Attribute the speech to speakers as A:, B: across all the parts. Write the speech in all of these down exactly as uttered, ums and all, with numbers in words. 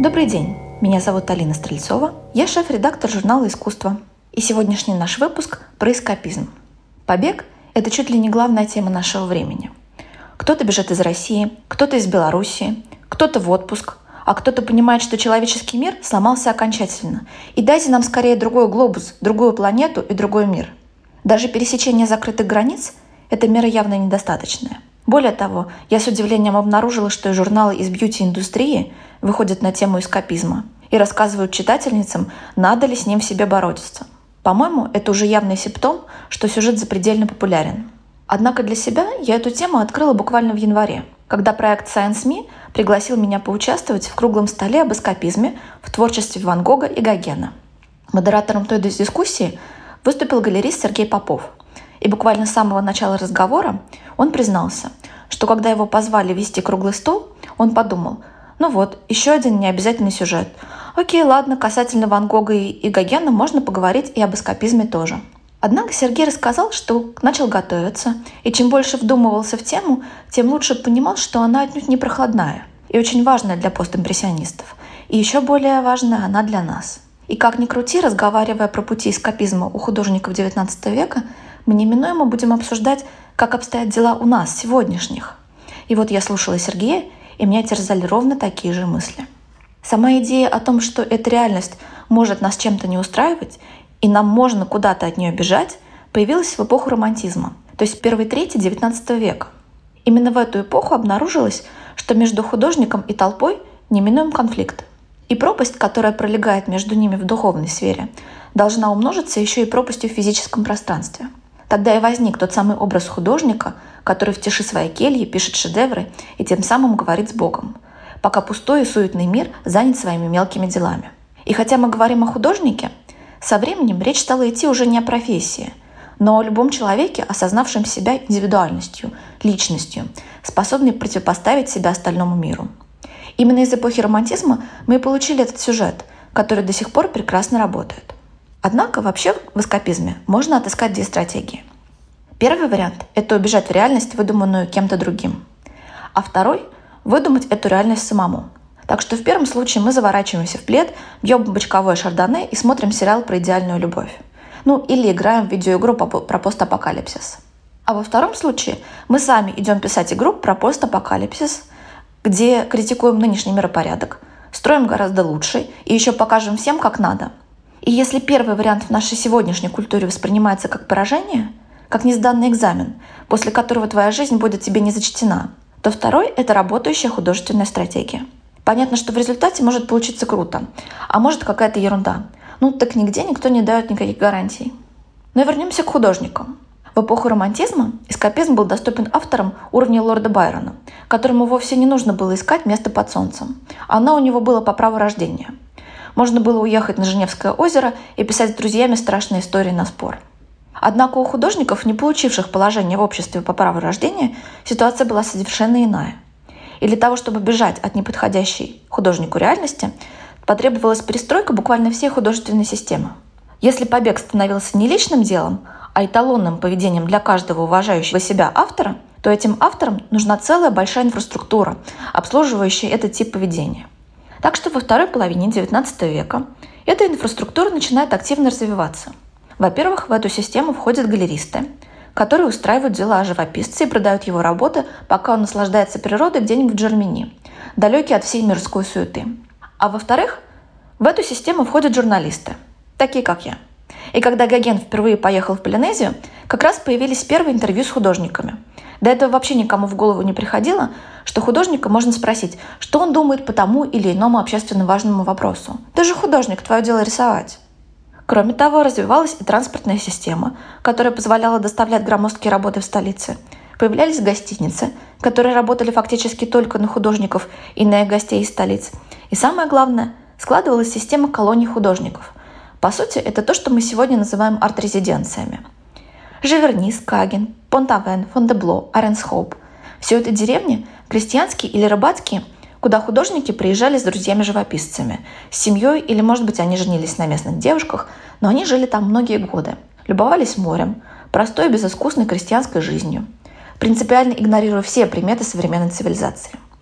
A: Добрый день, меня зовут Алина Стрельцова, я шеф-редактор журнала «Искусство». И сегодняшний наш выпуск про эскапизм. Побег – это чуть ли не главная тема нашего времени. Кто-то бежит из России, кто-то из Белоруссии, кто-то в отпуск, а кто-то понимает, что человеческий мир сломался окончательно. И дайте нам скорее другой глобус, другую планету и другой мир. Даже пересечение закрытых границ – это мера явно недостаточная. Более того, я с удивлением обнаружила, что и журналы из бьюти-индустрии выходят на тему эскапизма и рассказывают читательницам, надо ли с ним в себе бороться. По-моему, это уже явный симптом, что сюжет запредельно популярен. Однако для себя я эту тему открыла буквально в январе, когда проект Science Me пригласил меня поучаствовать в круглом столе об эскапизме в творчестве Ван Гога и Гогена. Модератором той дискуссии выступил галерист Сергей Попов. И буквально с самого начала разговора он признался, что когда его позвали вести круглый стол, он подумал, ну вот, еще один необязательный сюжет. Окей, ладно, касательно Ван Гога и Гогена можно поговорить и об эскапизме тоже. Однако Сергей рассказал, что начал готовиться, и чем больше вдумывался в тему, тем лучше понимал, что она отнюдь не проходная и очень важная для постимпрессионистов. И еще более важная она для нас. И как ни крути, разговаривая про пути эскапизма у художников девятнадцатого века, мы неминуемо будем обсуждать, как обстоят дела у нас, сегодняшних. И вот я слушала Сергея, и меня терзали ровно такие же мысли. Сама идея о том, что эта реальность может нас чем-то не устраивать, и нам можно куда-то от нее бежать, появилась в эпоху романтизма, то есть в первой трети девятнадцатого века. Именно в эту эпоху обнаружилось, что между художником и толпой неминуем конфликт. И пропасть, которая пролегает между ними в духовной сфере, должна умножиться еще и пропастью в физическом пространстве. Тогда и возник тот самый образ художника, который в тиши своей кельи пишет шедевры и тем самым говорит с Богом, пока пустой и суетный мир занят своими мелкими делами. И хотя мы говорим о художнике, со временем речь стала идти уже не о профессии, но о любом человеке, осознавшем себя индивидуальностью, личностью, способный противопоставить себя остальному миру. Именно из эпохи романтизма мы и получили этот сюжет, который до сих пор прекрасно работает. Однако вообще в эскапизме можно отыскать две стратегии. Первый вариант – это убежать в реальность, выдуманную кем-то другим. А второй – выдумать эту реальность самому. Так что в первом случае мы заворачиваемся в плед, бьем бочковое шардоне и смотрим сериал про идеальную любовь. Ну или играем в видеоигру про постапокалипсис. А во втором случае мы сами идем писать игру про постапокалипсис, где критикуем нынешний миропорядок, строим гораздо лучше и еще покажем всем, как надо. И если первый вариант в нашей сегодняшней культуре воспринимается как поражение, как несданный экзамен, после которого твоя жизнь будет тебе не зачтена, то второй — это работающая художественная стратегия. Понятно, что в результате может получиться круто, а может какая-то ерунда. Ну так нигде никто не дает никаких гарантий. Но вернемся к художникам. В эпоху романтизма эскапизм был доступен авторам уровня лорда Байрона, которому вовсе не нужно было искать место под солнцем. Оно у него было по праву рождения. Можно было уехать на Женевское озеро и писать с друзьями страшные истории на спор. Однако у художников, не получивших положение в обществе по праву рождения, ситуация была совершенно иная. И для того, чтобы бежать от неподходящей художнику реальности, потребовалась перестройка буквально всей художественной системы. Если побег становился не личным делом, а эталонным поведением для каждого уважающего себя автора, то этим авторам нужна целая большая инфраструктура, обслуживающая этот тип поведения. Так что во второй половине девятнадцатого века эта инфраструктура начинает активно развиваться. Во-первых, в эту систему входят галеристы, которые устраивают дела о живописце и продают его работы, пока он наслаждается природой где-нибудь в Джермени, далекий от всей мирской суеты. А во-вторых, в эту систему входят журналисты, такие как я. И когда Гоген впервые поехал в Полинезию, как раз появились первые интервью с художниками. До этого вообще никому в голову не приходило, что художника можно спросить, что он думает по тому или иному общественно важному вопросу. Ты же художник, твое дело рисовать. Кроме того, развивалась и транспортная система, которая позволяла доставлять громоздкие работы в столице. Появлялись гостиницы, которые работали фактически только на художников и на их гостей из столиц. И самое главное, складывалась система колоний художников. По сути, это то, что мы сегодня называем арт-резиденциями. Живерни, Скаген, Понт-Авен, Фонтебло, Аренсхоуп – все это деревни, крестьянские или рыбацкие, куда художники приезжали с друзьями-живописцами, с семьей или, может быть, они женились на местных девушках, но они жили там многие годы, любовались морем, простой и безыскусной крестьянской жизнью, принципиально игнорируя все приметы современной цивилизации.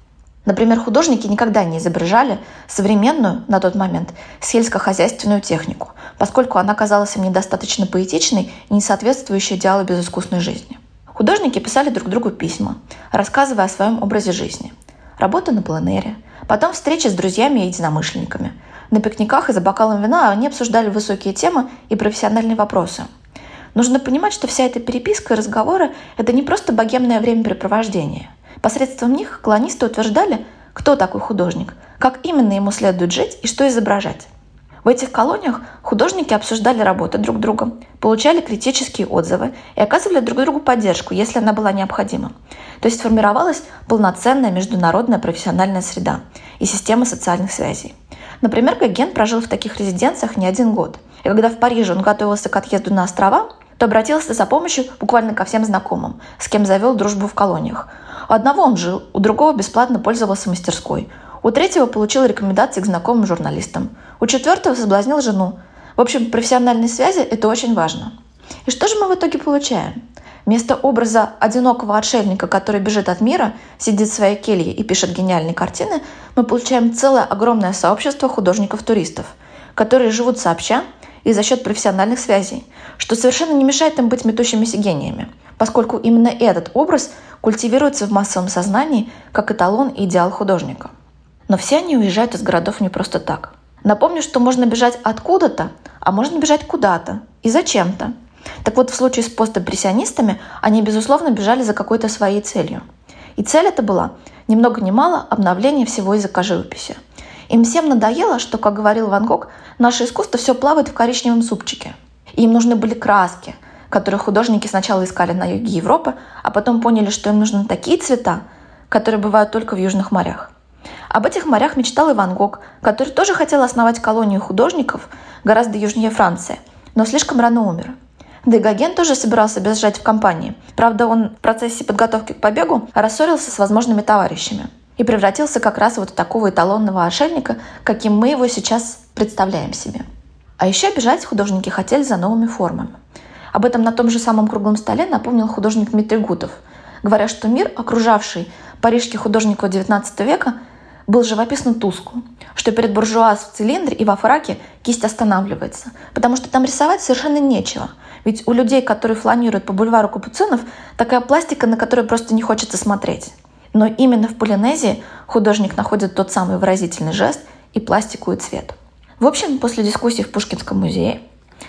A: Например, художники никогда не изображали современную, на тот момент, сельскохозяйственную технику, поскольку она казалась им недостаточно поэтичной и не соответствующей идеалу безыскусной жизни. Художники писали друг другу письма, рассказывая о своем образе жизни. Работа на пленэре, потом встречи с друзьями и единомышленниками. На пикниках и за бокалом вина они обсуждали высокие темы и профессиональные вопросы. Нужно понимать, что вся эта переписка и разговоры – это не просто богемное времяпрепровождение. Посредством них колонисты утверждали, кто такой художник, как именно ему следует жить и что изображать. В этих колониях художники обсуждали работы друг друга, получали критические отзывы и оказывали друг другу поддержку, если она была необходима. То есть формировалась полноценная международная профессиональная среда и система социальных связей. Например, Гоген прожил в таких резиденциях не один год. И когда в Париже он готовился к отъезду на острова, то обратился за помощью буквально ко всем знакомым, с кем завел дружбу в колониях. У одного он жил, у другого бесплатно пользовался мастерской, у третьего получил рекомендации к знакомым журналистам, у четвертого соблазнил жену. В общем, профессиональные связи – это очень важно. И что же мы в итоге получаем? Вместо образа одинокого отшельника, который бежит от мира, сидит в своей келье и пишет гениальные картины, мы получаем целое огромное сообщество художников-туристов, которые живут сообща и за счет профессиональных связей, что совершенно не мешает им быть метущимися гениями, поскольку именно этот образ культивируется в массовом сознании как эталон и идеал художника. Но все они уезжают из городов не просто так. Напомню, что можно бежать откуда-то, а можно бежать куда-то и зачем-то. Так вот, в случае с постимпрессионистами они, безусловно, бежали за какой-то своей целью. И цель эта была, ни много ни мало, обновление всего языка живописи. Им всем надоело, что, как говорил Ван Гог, наше искусство все плавает в коричневом супчике. И им нужны были краски, которые художники сначала искали на юге Европы, а потом поняли, что им нужны такие цвета, которые бывают только в южных морях. Об этих морях мечтал и Ван Гог, который тоже хотел основать колонию художников гораздо южнее Франции, но слишком рано умер. Да и Гоген тоже собирался бежать в компании. Правда, он в процессе подготовки к побегу рассорился с возможными товарищами и превратился как раз вот в такого эталонного отшельника, каким мы его сейчас представляем себе. А еще бежать художники хотели за новыми формами. Об этом на том же самом круглом столе напомнил художник Дмитрий Гутов, говоря, что мир, окружавший парижских художников девятнадцатого века, был живописно тускл, что перед буржуаз в цилиндре и во фраке кисть останавливается, потому что там рисовать совершенно нечего. Ведь у людей, которые фланируют по бульвару Капуцинов, такая пластика, на которую просто не хочется смотреть. Но именно в Полинезии художник находит тот самый выразительный жест и пластику, и цвет. В общем, после дискуссий в Пушкинском музее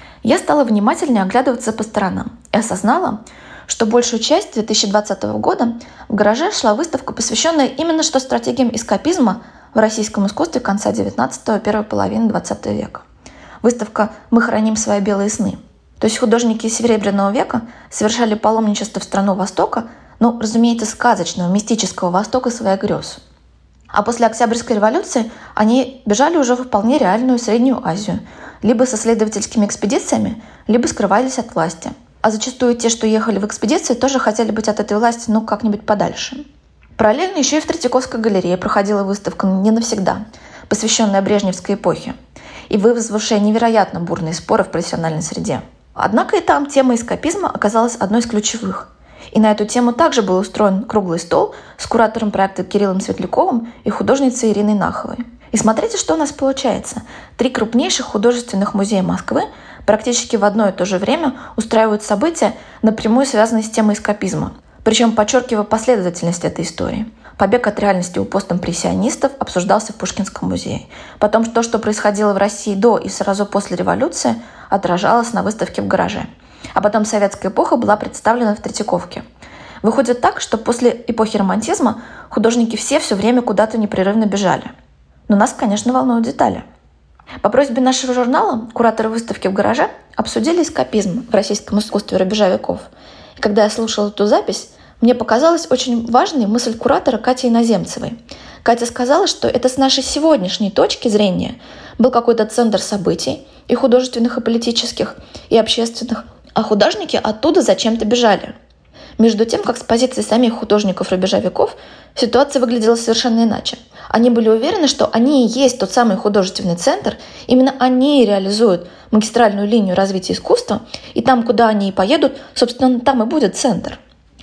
A: я стала внимательнее оглядываться по сторонам и осознала, что большую часть две тысячи двадцатого года в гараже шла выставка, посвященная именно что стратегиям эскапизма в российском искусстве конца девятнадцатого – первой половины двадцатого века. Выставка «Мы храним свои белые сны». То есть художники Серебряного века совершали паломничество в страну Востока, ну, разумеется, сказочного, мистического Востока своих грез. А после Октябрьской революции они бежали уже в вполне реальную Среднюю Азию, либо с исследовательскими экспедициями, либо скрывались от власти. А зачастую те, что ехали в экспедиции, тоже хотели быть от этой власти, ну, как-нибудь подальше. Параллельно еще и в Третьяковской галерее проходила выставка «Не навсегда», посвященная Брежневской эпохе, и вызвавшая невероятно бурные споры в профессиональной среде. Однако и там тема эскапизма оказалась одной из ключевых. И на эту тему также был устроен круглый стол с куратором проекта Кириллом Светляковым и художницей Ириной Наховой. И смотрите, что у нас получается. Три крупнейших художественных музея Москвы практически в одно и то же время устраивают события, напрямую связанные с темой эскапизма. Причем подчеркивая последовательность этой истории. Побег от реальности у постимпрессионистов обсуждался в Пушкинском музее. Потом то, что происходило в России до и сразу после революции, отражалось на выставке в гараже. А потом советская эпоха была представлена в Третьяковке. Выходит так, что после эпохи романтизма художники все все время куда-то непрерывно бежали. Но нас, конечно, волнуют детали. По просьбе нашего журнала кураторы выставки в гараже обсудили эскапизм в российском искусстве рубежа веков. И когда я слушала эту запись, мне показалась очень важной мысль куратора Кати Иноземцевой. Катя сказала, что это с нашей сегодняшней точки зрения был какой-то центр событий, и художественных, и политических, и общественных, а художники оттуда зачем-то бежали. Между тем, как с позиции самих художников рубежа веков ситуация выглядела совершенно иначе. Они были уверены, что они и есть тот самый художественный центр, именно они и реализуют магистральную линию развития искусства, и там, куда они и поедут, собственно, там и будет центр.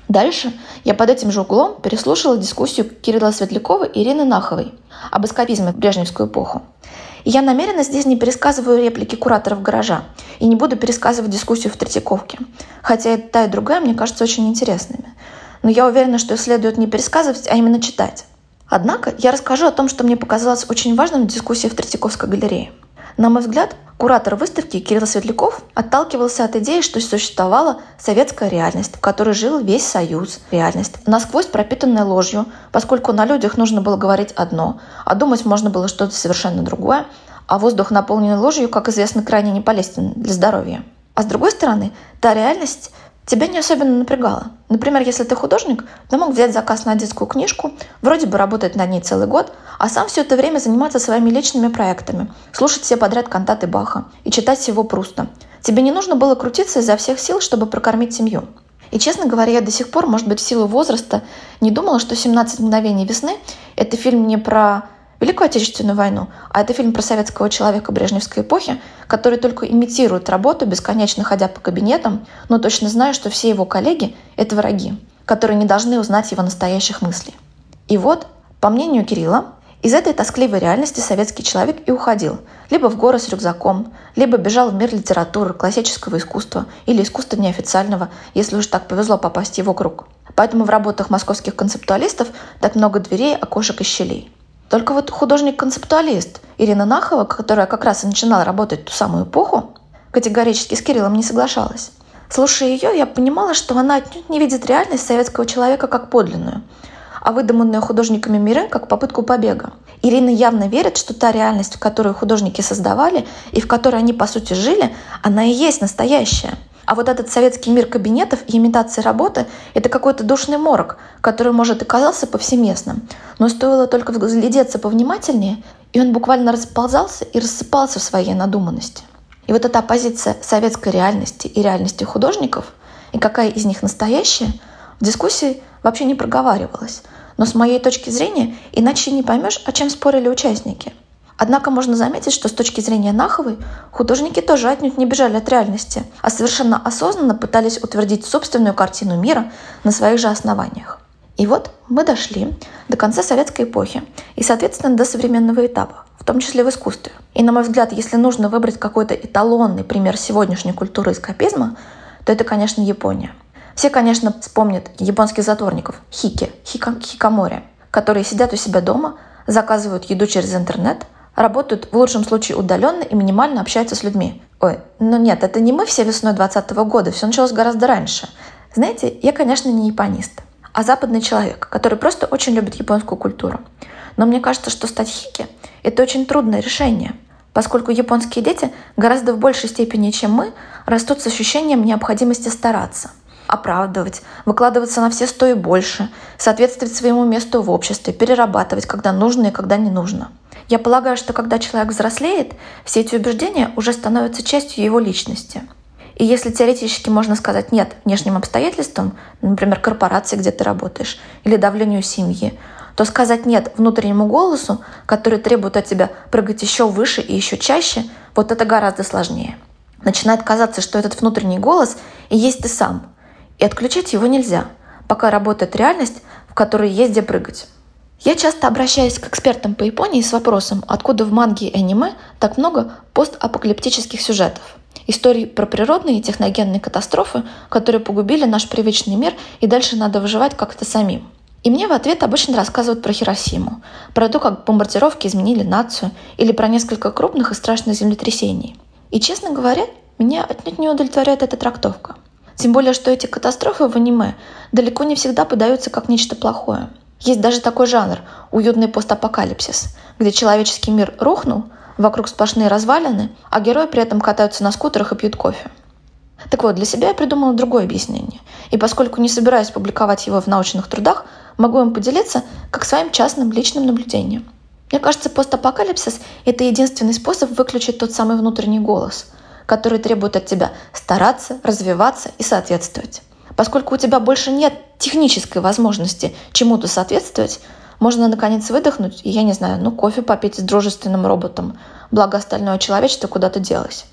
A: Дальше я под этим же углом переслушала дискуссию Кирилла Светлякова и Ирины Наховой об эскапизме в брежневскую эпоху. И я намеренно здесь не пересказываю реплики кураторов «Гаража» и не буду пересказывать дискуссию в Третьяковке, хотя и та, и другая мне кажутся очень интересными. Но я уверена, что их следует не пересказывать, а именно читать. Однако я расскажу о том, что мне показалось очень важным в дискуссии в Третьяковской галерее. На мой взгляд, куратор выставки Кирилл Светляков отталкивался от идеи, что существовала советская реальность, в которой жил весь Союз, реальность, насквозь пропитанная ложью, поскольку на людях нужно было говорить одно, а думать можно было что-то совершенно другое, а воздух, наполненный ложью, как известно, крайне не полезен для здоровья. А с другой стороны, та реальность тебя не особенно напрягала. Например, если ты художник, ты мог взять заказ на детскую книжку, вроде бы работать над ней целый год, а сам все это время заниматься своими личными проектами, слушать все подряд кантаты Баха и читать всего Пруста. Тебе не нужно было крутиться изо всех сил, чтобы прокормить семью. И, честно говоря, я до сих пор, может быть, в силу возраста, не думала, что «семнадцать мгновений весны» — это фильм не про Великую Отечественную войну, а это фильм про советского человека брежневской эпохи, который только имитирует работу, бесконечно ходя по кабинетам, но точно зная, что все его коллеги — это враги, которые не должны узнать его настоящих мыслей. И вот, по мнению Кирилла, из этой тоскливой реальности советский человек и уходил. Либо в горы с рюкзаком, либо бежал в мир литературы, классического искусства или искусства неофициального, если уж так повезло попасть в его круг. Поэтому в работах московских концептуалистов так много дверей, окошек и щелей. Только вот художник-концептуалист Ирина Нахова, которая как раз и начинала работать в ту самую эпоху, категорически с Кириллом не соглашалась. Слушая ее, я понимала, что она отнюдь не видит реальность советского человека как подлинную, а выдуманную художниками миры как попытку побега. Ирина явно верит, что та реальность, в которую художники создавали и в которой они, по сути, жили, она и есть настоящая. А вот этот советский мир кабинетов и имитации работы — это какой-то душный морок, который, может, и казался повсеместным, но стоило только взглядеться повнимательнее, и он буквально расползался и рассыпался в своей надуманности. И вот эта оппозиция советской реальности и реальности художников, и какая из них настоящая, в дискуссии вообще не проговаривалась. Но с моей точки зрения, иначе не поймешь, о чем спорили участники. Однако можно заметить, что с точки зрения Наховой художники тоже отнюдь не бежали от реальности, а совершенно осознанно пытались утвердить собственную картину мира на своих же основаниях. И вот мы дошли до конца советской эпохи и, соответственно, до современного этапа, в том числе в искусстве. И, на мой взгляд, если нужно выбрать какой-то эталонный пример сегодняшней культуры эскапизма, то это, конечно, Япония. Все, конечно, вспомнят японских затворников хики, хика, хикамори, которые сидят у себя дома, заказывают еду через интернет, работают в лучшем случае удаленно и минимально общаются с людьми. Ой, ну нет, это не мы все весной двадцатого года, все началось гораздо раньше. Знаете, я, конечно, не японист, а западный человек, который просто очень любит японскую культуру. Но мне кажется, что стать хики — это очень трудное решение, поскольку японские дети гораздо в большей степени, чем мы, растут с ощущением необходимости стараться, оправдывать, выкладываться на все сто и больше, соответствовать своему месту в обществе, перерабатывать, когда нужно и когда не нужно. Я полагаю, что когда человек взрослеет, все эти убеждения уже становятся частью его личности. И если теоретически можно сказать «нет» внешним обстоятельствам, например, корпорации, где ты работаешь, или давлению семьи, то сказать «нет» внутреннему голосу, который требует от тебя прыгать еще выше и еще чаще, вот это гораздо сложнее. Начинает казаться, что этот внутренний голос и есть ты сам. И отключить его нельзя, пока работает реальность, в которой есть где прыгать. Я часто обращаюсь к экспертам по Японии с вопросом, откуда в манге и аниме так много постапокалиптических сюжетов. Истории про природные и техногенные катастрофы, которые погубили наш привычный мир, и дальше надо выживать как-то самим. И мне в ответ обычно рассказывают про Хиросиму, про то, как бомбардировки изменили нацию, или про несколько крупных и страшных землетрясений. И, честно говоря, меня отнюдь не удовлетворяет эта трактовка. Тем более, что эти катастрофы в аниме далеко не всегда подаются как нечто плохое. Есть даже такой жанр – уютный постапокалипсис, где человеческий мир рухнул, вокруг сплошные развалины, а герои при этом катаются на скутерах и пьют кофе. Так вот, для себя я придумала другое объяснение. И поскольку не собираюсь публиковать его в научных трудах, могу им поделиться как своим частным личным наблюдением. Мне кажется, постапокалипсис – это единственный способ выключить тот самый внутренний голос, который требует от тебя стараться, развиваться и соответствовать. Поскольку у тебя больше нет технической возможности чему-то соответствовать, можно наконец выдохнуть и, я не знаю, ну кофе попить с дружественным роботом, благо остальное человечество куда-то делось.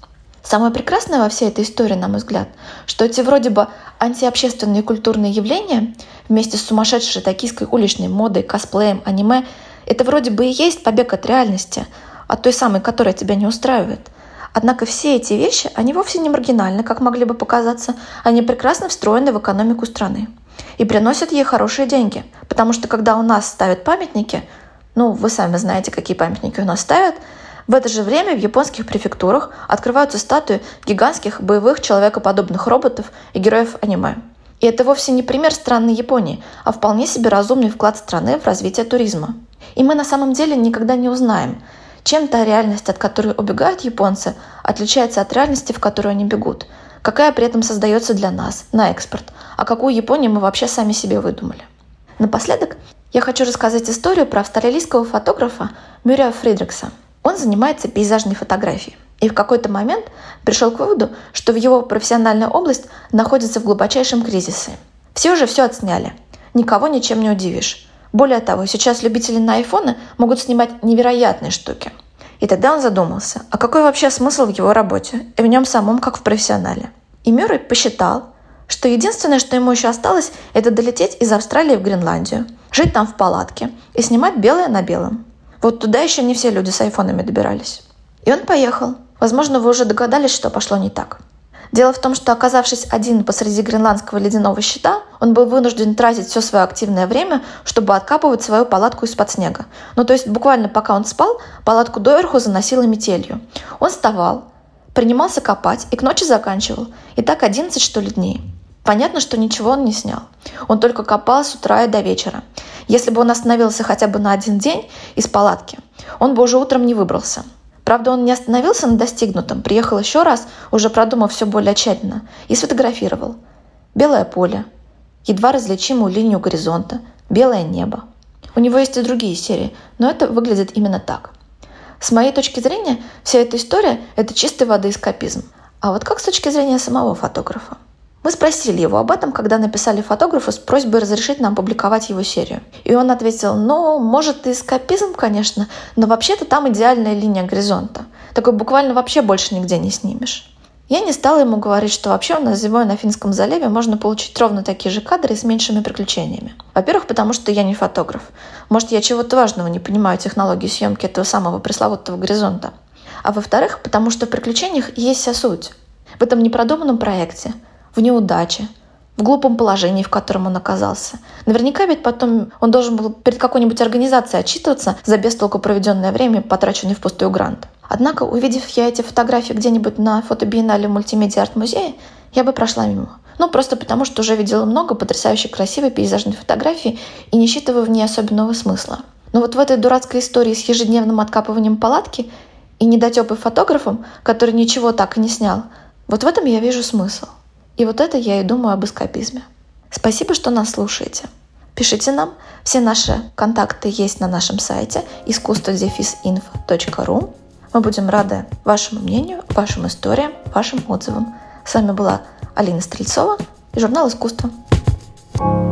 A: Самое прекрасное во всей этой истории, на мой взгляд, что эти вроде бы антиобщественные культурные явления вместе с сумасшедшей токийской уличной модой, косплеем, аниме — это вроде бы и есть побег от реальности, от той самой, которая тебя не устраивает. Однако все эти вещи, они вовсе не маргинальны, как могли бы показаться, они прекрасно встроены в экономику страны и приносят ей хорошие деньги. Потому что когда у нас ставят памятники, ну, вы сами знаете, какие памятники у нас ставят, в это же время в японских префектурах открываются статуи гигантских боевых человекоподобных роботов и героев аниме. И это вовсе не пример странной Японии, а вполне себе разумный вклад страны в развитие туризма. И мы на самом деле никогда не узнаем, чем та реальность, от которой убегают японцы, отличается от реальности, в которую они бегут, какая при этом создается для нас на экспорт, а какую Японию мы вообще сами себе выдумали. Напоследок я хочу рассказать историю про австралийского фотографа Мюррея Фридрикса. Он занимается пейзажной фотографией и в какой-то момент пришел к выводу, что в его профессиональная область находится в глубочайшем кризисе. Все уже все отсняли, никого ничем не удивишь. Более того, сейчас любители на айфоны могут снимать невероятные штуки. И тогда он задумался, а какой вообще смысл в его работе и в нем самом, как в профессионале? И Мюррей посчитал, что единственное, что ему еще осталось, это долететь из Австралии в Гренландию, жить там в палатке и снимать белое на белом. Вот туда еще не все люди с айфонами добирались. И он поехал. Возможно, вы уже догадались, что пошло не так. Дело в том, что, оказавшись один посреди гренландского ледяного щита, он был вынужден тратить все свое активное время, чтобы откапывать свою палатку из-под снега. Ну, то есть буквально пока он спал, палатку доверху заносило метелью. Он вставал, принимался копать и к ночи заканчивал. И так одиннадцать, что ли, дней. Понятно, что ничего он не снял. Он только копал с утра и до вечера. Если бы он остановился хотя бы на один день из палатки, он бы уже утром не выбрался. Правда, он не остановился на достигнутом, приехал еще раз, уже продумав все более тщательно, и сфотографировал. Белое поле, едва различимую линию горизонта, белое небо. У него есть и другие серии, но это выглядит именно так. С моей точки зрения, вся эта история – это чистой воды эскапизм. А вот как с точки зрения самого фотографа? Мы спросили его об этом, когда написали фотографу с просьбой разрешить нам публиковать его серию. И он ответил, ну, может и эскапизм, конечно, но вообще-то там идеальная линия горизонта. Такой буквально вообще больше нигде не снимешь. Я не стала ему говорить, что вообще у нас зимой на Финском заливе можно получить ровно такие же кадры и с меньшими приключениями. Во-первых, потому что я не фотограф. Может, я чего-то важного не понимаю технологии съемки этого самого пресловутого горизонта. А во-вторых, потому что в приключениях есть вся суть. В этом непродуманном проекте, в неудаче, в глупом положении, в котором он оказался. Наверняка ведь потом он должен был перед какой-нибудь организацией отчитываться за бестолку проведенное время, потраченный впустую грант. Однако, увидев я эти фотографии где-нибудь на фотобиеннале в мультимедиа-арт-музее, я бы прошла мимо. Ну, просто потому, что уже видела много потрясающе красивой пейзажной фотографии и не считываю в ней особенного смысла. Но вот в этой дурацкой истории с ежедневным откапыванием палатки и недотёпой фотографом, который ничего так и не снял, вот в этом я вижу смысл. И вот это я и думаю об эскапизме. Спасибо, что нас слушаете. Пишите нам. Все наши контакты есть на нашем сайте искусство дефис инфо точка ру. Мы будем рады вашему мнению, вашим историям, вашим отзывам. С вами была Алина Стрельцова и журнал «Искусство».